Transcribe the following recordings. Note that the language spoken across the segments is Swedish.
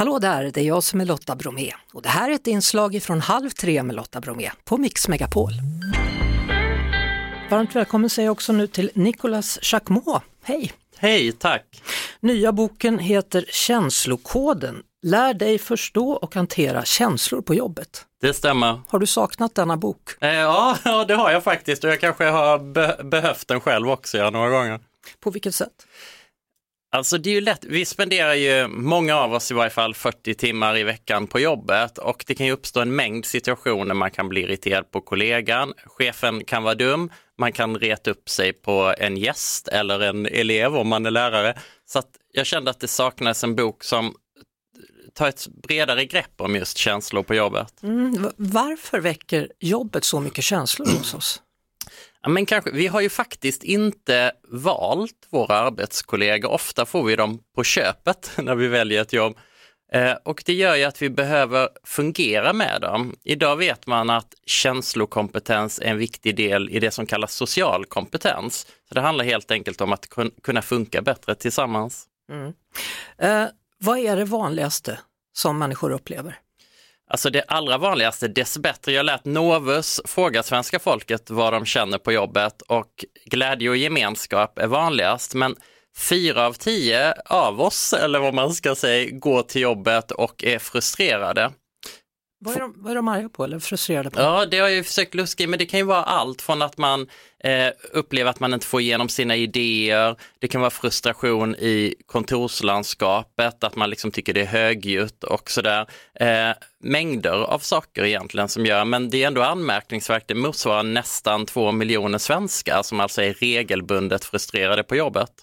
Hallå där, det är jag som är Lotta Bromé och det här är ett inslag från 2:30 med Lotta Bromé på Mix Megapol. Varmt välkommen säger jag också nu till Nicolas Jacquemot. Hej! Hej, tack! Nya boken heter Känslokoden. Lär dig förstå och hantera känslor på jobbet. Det stämmer. Har du saknat denna bok? Ja, det har jag faktiskt och jag kanske har behövt den själv också några gånger. På vilket sätt? Alltså det är ju lätt, vi spenderar ju, många av oss i varje fall 40 timmar i veckan på jobbet och det kan ju uppstå en mängd situationer man kan bli irriterad på kollegan, chefen kan vara dum, man kan reta upp sig på en gäst eller en elev om man är lärare. Så att jag kände att det saknades en bok som tar ett bredare grepp om just känslor på jobbet. Varför väcker jobbet så mycket känslor hos oss? Ja, men kanske, vi har ju faktiskt inte valt våra arbetskollegor. Ofta får vi dem på köpet när vi väljer ett jobb. Och det gör ju att vi behöver fungera med dem. Idag vet man att känslokompetens är en viktig del i det som kallas social kompetens. Så det handlar helt enkelt om att kunna funka bättre tillsammans. Vad är det vanligaste som människor upplever? Alltså det allra vanligaste, dess bättre. Jag lät Novus fråga svenska folket vad de känner på jobbet och glädje och gemenskap är vanligast. Men 4 av 10 av oss, eller vad man ska säga, går till jobbet och är frustrerade. Vad är de arga på eller frustrerade på? Ja, det har jag ju försökt luska i, men det kan ju vara allt från att man upplever att man inte får igenom sina idéer. Det kan vara frustration i kontorslandskapet, att man liksom tycker det är högljutt och sådär. Mängder av saker egentligen som gör, men det är ändå anmärkningsvärt. Det motsvarar nästan 2 miljoner svenskar som alltså är regelbundet frustrerade på jobbet.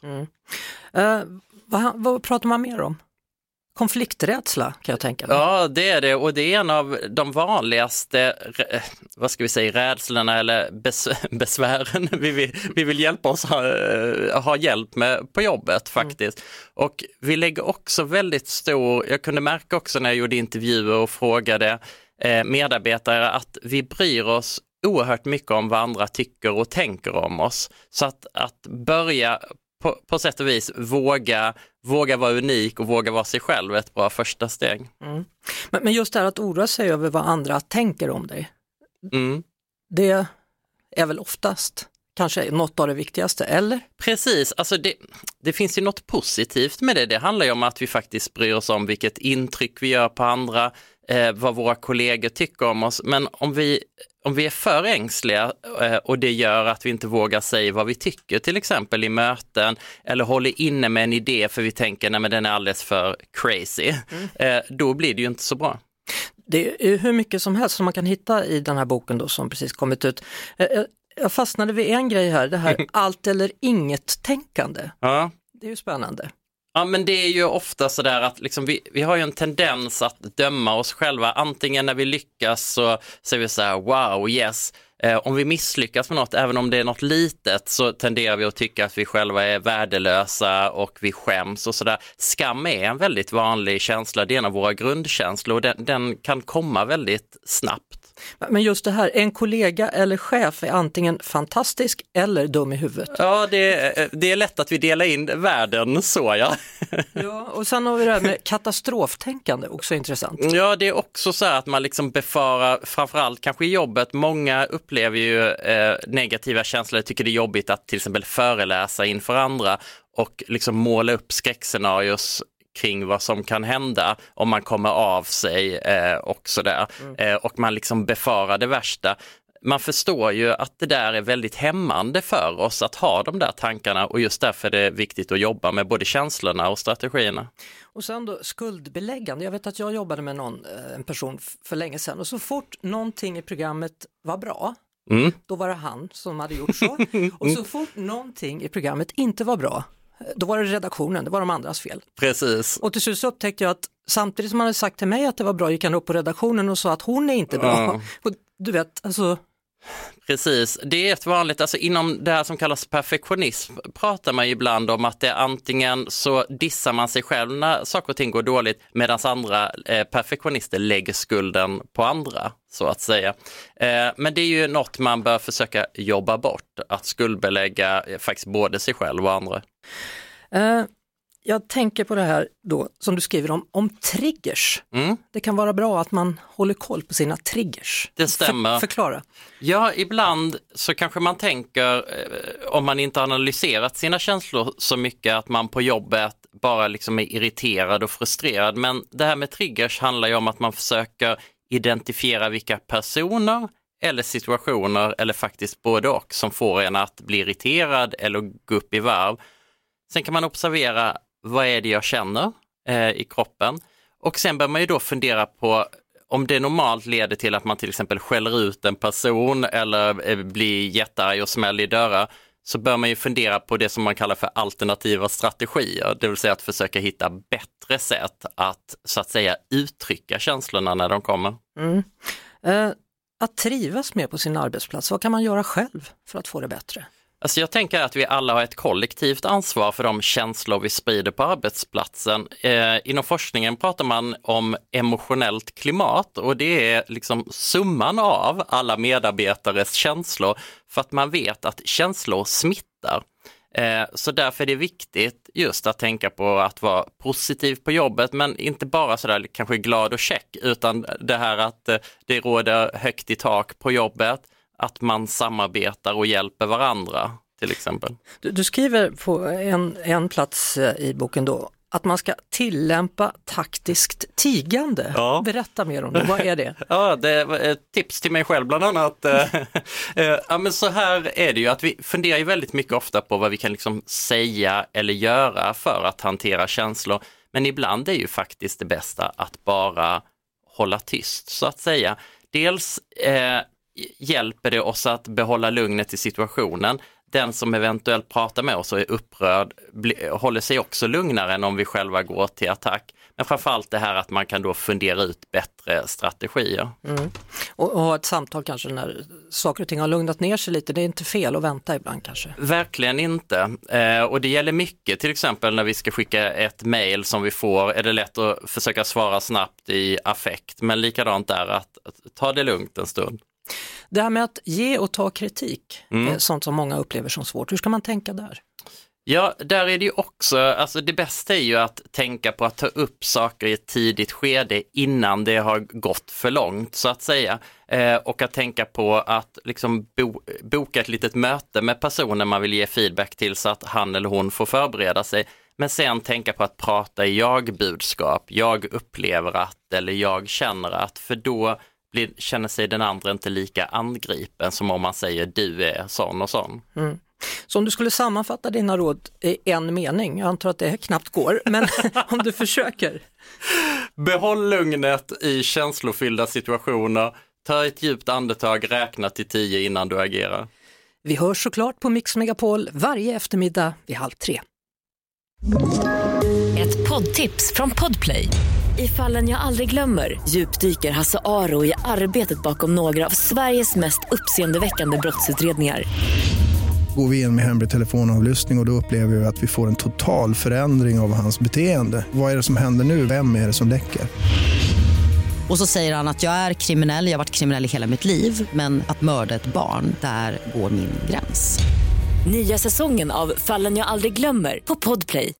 Vad pratar man mer om? Konflikträdsla kan jag tänka mig. Ja, det är det och det är en av de vanligaste, vad ska vi säga, rädslorna eller besvären vi vill hjälpa oss ha hjälp med på jobbet faktiskt. Och vi lägger också väldigt jag kunde märka också när jag gjorde intervjuer och frågade medarbetare att vi bryr oss oerhört mycket om vad andra tycker och tänker om oss. Så att börja på sätt och vis våga vara unik och våga vara sig själv är ett bra första steg. Men just det här att oroa sig över vad andra tänker om dig, det är väl oftast kanske något av det viktigaste, eller? Precis, alltså det finns ju något positivt med det. Det handlar ju om att vi faktiskt bryr oss om vilket intryck vi gör på andra, vad våra kollegor tycker om oss. Men om vi är för ängsliga och det gör att vi inte vågar säga vad vi tycker, till exempel i möten, eller håller inne med en idé för vi tänker nej men den är alldeles för crazy, då blir det ju inte så bra. Det är hur mycket som helst som man kan hitta i den här boken då som precis kommit ut. Jag fastnade vid en grej här, det här allt eller inget tänkande. Ja. Det är ju spännande. Ja, men det är ju ofta så där att liksom vi har ju en tendens att döma oss själva. Antingen när vi lyckas så säger vi så här, wow, yes. Om vi misslyckas med något, även om det är något litet, så tenderar vi att tycka att vi själva är värdelösa och vi skäms och sådär. Skam är en väldigt vanlig känsla, det är en av våra grundkänslor och den kan komma väldigt snabbt. Men just det här, en kollega eller chef är antingen fantastisk eller dum i huvudet. Ja, det är lätt att vi delar in världen så, ja. Ja, och sen har vi det här med katastroftänkande, också intressant. Ja, det är också så här att man liksom befarar, framförallt kanske i jobbet, många upplever ju negativa känslor, tycker det är jobbigt att till exempel föreläsa inför andra och liksom måla upp skräckscenarios kring vad som kan hända om man kommer av sig och sådär. Och man liksom befarar det värsta. Man förstår ju att det där är väldigt hämmande för oss att ha de där tankarna och just därför är det viktigt att jobba med både känslorna och strategierna. Och sen då skuldbeläggande. Jag vet att jag jobbade med en person för länge sedan och så fort någonting i programmet var bra, då var det han som hade gjort så. Och så fort någonting i programmet inte var bra, då var det redaktionen, det var de andras fel. Precis. Och till slut så upptäckte jag att samtidigt som han hade sagt till mig att det var bra gick han upp på redaktionen och sa att hon är inte bra. Och du vet, alltså... Precis, det är ett vanligt, alltså inom det här som kallas perfektionism pratar man ju ibland om att det antingen så dissar man sig själv när saker och ting går dåligt medan andra perfektionister lägger skulden på andra så att säga. Men det är ju något man bör försöka jobba bort, att skuldbelägga faktiskt både sig själv och andra. Jag tänker på det här då som du skriver om triggers. Det kan vara bra att man håller koll på sina triggers. Det stämmer. Förklara. Ja, ibland så kanske man tänker, om man inte analyserat sina känslor så mycket, att man på jobbet bara liksom är irriterad och frustrerad. Men det här med triggers handlar ju om att man försöker identifiera vilka personer eller situationer, eller faktiskt både och, som får en att bli irriterad eller gå upp i varv. Sen kan man observera, vad är det jag känner i kroppen? Och sen bör man ju då fundera på om det normalt leder till att man till exempel skäller ut en person eller blir jättearg och smäller i dörrar, så bör man ju fundera på det som man kallar för alternativa strategier. Det vill säga att försöka hitta bättre sätt att, så att säga, uttrycka känslorna när de kommer. Att trivas med på sin arbetsplats, vad kan man göra själv för att få det bättre? Alltså jag tänker att vi alla har ett kollektivt ansvar för de känslor vi sprider på arbetsplatsen. Inom forskningen pratar man om emotionellt klimat, och det är liksom summan av alla medarbetares känslor, för att man vet att känslor smittar. Så därför är det viktigt just att tänka på att vara positiv på jobbet, men inte bara sådär kanske glad och check, utan det här att det råder högt i tak på jobbet, att man samarbetar och hjälper varandra till exempel. Du skriver på en plats i boken då att man ska tillämpa taktiskt tigande. Ja. Berätta mer om det, vad är det? Ja, det var ett tips till mig själv bland annat. Ja, men så här är det ju, att vi funderar ju väldigt mycket ofta på vad vi kan liksom säga eller göra för att hantera känslor. Men ibland är ju faktiskt det bästa att bara hålla tyst, så att säga. Dels hjälper det oss att behålla lugnet i situationen. Den som eventuellt pratar med oss och är upprörd håller sig också lugnare än om vi själva går till attack. Men framförallt det här att man kan då fundera ut bättre strategier. Och ha ett samtal kanske när saker och ting har lugnat ner sig lite. Det är inte fel att vänta ibland kanske. Verkligen inte. Och det gäller mycket, till exempel när vi ska skicka ett mejl som vi får, är det lätt att försöka svara snabbt i affekt. Men likadant är att ta det lugnt en stund. Det här med att ge och ta kritik, sånt som många upplever som svårt. Hur ska man tänka där? Ja, där är det ju också, alltså det bästa är ju att tänka på att ta upp saker i ett tidigt skede innan det har gått för långt, så att säga. Och att tänka på att liksom boka ett litet möte med personen man vill ge feedback till, så att han eller hon får förbereda sig. Men sen tänka på att prata i jag-budskap. Jag upplever att, eller jag känner att, för då känner sig den andra inte lika angripen som om man säger du är sån och sån. Så om du skulle sammanfatta dina råd i en mening, jag antar att det knappt går, men om du försöker. Behåll lugnet i känslofyllda situationer, ta ett djupt andetag, räkna till 10 innan du agerar. Vi hörs såklart på Mix Megapol varje eftermiddag vid 2:30. Ett poddtips från Podplay. I Fallen jag aldrig glömmer djupdyker Hasse Aro i arbetet bakom några av Sveriges mest uppseendeväckande brottsutredningar. Går vi in med hemlig telefonavlyssning och då upplever vi att vi får en total förändring av hans beteende. Vad är det som händer nu? Vem är det som läcker? Och så säger han att jag är kriminell, jag har varit kriminell i hela mitt liv, men att mörda ett barn, där går min gräns. Nya säsongen av Fallen jag aldrig glömmer på Podplay.